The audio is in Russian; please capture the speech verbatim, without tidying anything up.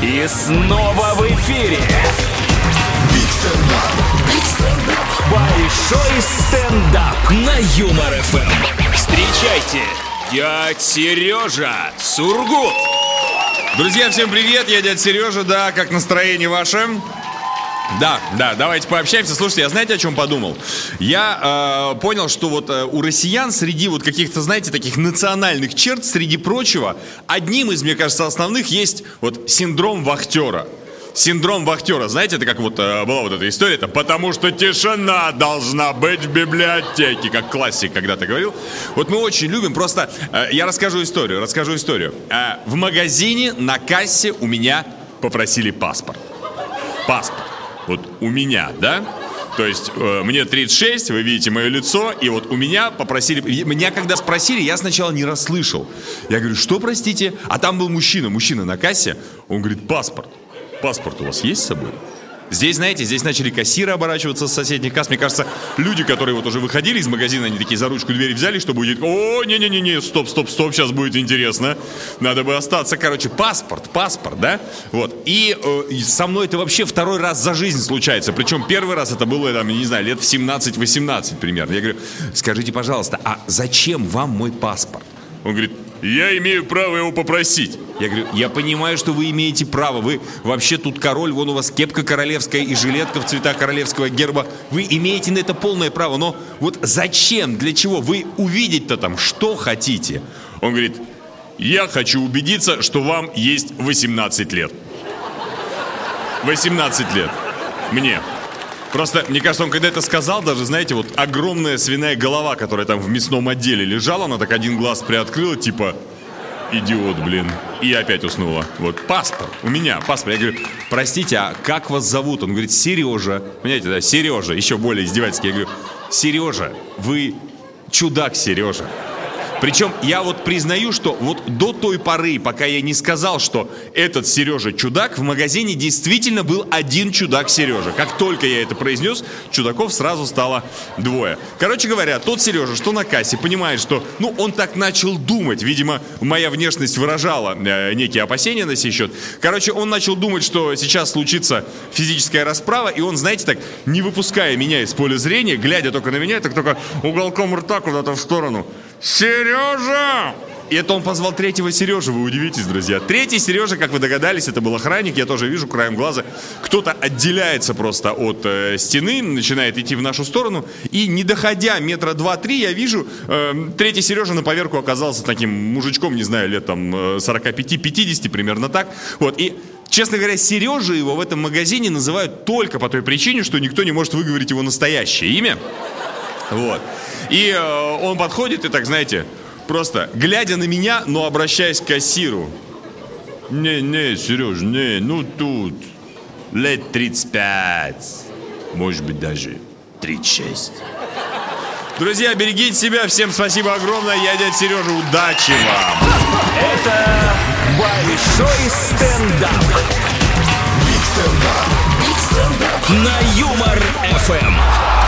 И снова в эфире большой стендап на Юмор эф эм. Встречайте, дядь Сережа Сургут. Друзья, всем привет, я дядя Сережа, да, как настроение ваше? Да, да, давайте пообщаемся. Слушайте, я знаете, о чем подумал? Я э, понял, что вот э, у россиян среди вот каких-то, знаете, таких национальных черт, среди прочего, одним из, мне кажется, основных есть вот синдром вахтера. Синдром вахтера, знаете, это как вот э, была вот эта история, это потому что тишина должна быть в библиотеке, как классик когда-то говорил. Вот мы очень любим, просто э, я расскажу историю, расскажу историю. Э, в магазине на кассе у меня попросили паспорт. Паспорт. Вот у меня, да? То есть э, мне тридцать шесть, вы видите мое лицо, и вот у меня попросили... Меня когда спросили, я сначала не расслышал. Я говорю, что, простите? А там был мужчина, мужчина на кассе. Он говорит, паспорт. Паспорт у вас есть с собой? Здесь, знаете, здесь начали кассиры оборачиваться с соседних касс. Мне кажется, люди, которые вот уже выходили из магазина, они такие за ручку двери взяли, чтобы увидеть. О, не-не-не, стоп, стоп, стоп, сейчас будет интересно. Надо бы остаться. Короче, паспорт, паспорт, да? Вот. И, э, и со мной это вообще второй раз за жизнь случается. Причем первый раз это было, там, я не знаю, лет в семнадцать-восемнадцать примерно. Я говорю, скажите, пожалуйста, а зачем вам мой паспорт? Он говорит, я имею право его попросить. Я говорю, я понимаю, что вы имеете право. Вы вообще тут король, вон у вас кепка королевская и жилетка в цветах королевского герба. Вы имеете на это полное право. Но вот зачем, для чего? Вы увидеть-то там что хотите? Он говорит, я хочу убедиться, что вам есть восемнадцать лет. восемнадцать лет. Мне. Просто, мне кажется, он когда это сказал, даже, знаете, вот огромная свиная голова, которая там в мясном отделе лежала, она так один глаз приоткрыла, типа, идиот, блин. И опять уснула. Вот, паспорт, у меня паспорт. Я говорю, простите, а как вас зовут? Он говорит, Сережа. Понимаете, да, Сережа, еще более издевательски. Я говорю, Сережа, вы чудак, Сережа. Причем я вот признаю, что вот до той поры, пока я не сказал, что этот Сережа чудак, в магазине действительно был один чудак Сережа. Как только я это произнес, чудаков сразу стало двое. Короче говоря, тот Сережа, что на кассе, понимает, что, ну, он так начал думать. Видимо, моя внешность выражала э, некие опасения на сей счет. Короче, он начал думать, что сейчас случится физическая расправа, и он, знаете, так, не выпуская меня из поля зрения, глядя только на меня, так только уголком рта куда-то в сторону. Сережа! И это он позвал третьего Сережу, вы удивитесь, друзья. Третий Сережа, как вы догадались, это был охранник, я тоже вижу краем глаза. Кто-то отделяется просто от э, стены, начинает идти в нашу сторону. И не доходя метра два-три, я вижу, э, третий Сережа на поверку оказался таким мужичком, не знаю, лет там сорок пять-пятьдесят, примерно так. Вот, и... Честно говоря, Сережа его в этом магазине называют только по той причине, что никто не может выговорить его настоящее имя. Вот. И э, он подходит и так, знаете, просто глядя на меня, но обращаясь к кассиру. Не-не, Сереж, не, ну тут лет тридцать пять, может быть даже тридцать шесть. Друзья, берегите себя, всем спасибо огромное, я дядя Сережа, удачи вам. Это большой стендап. Биг стендап. Биг стендап. На Юмор эф эм.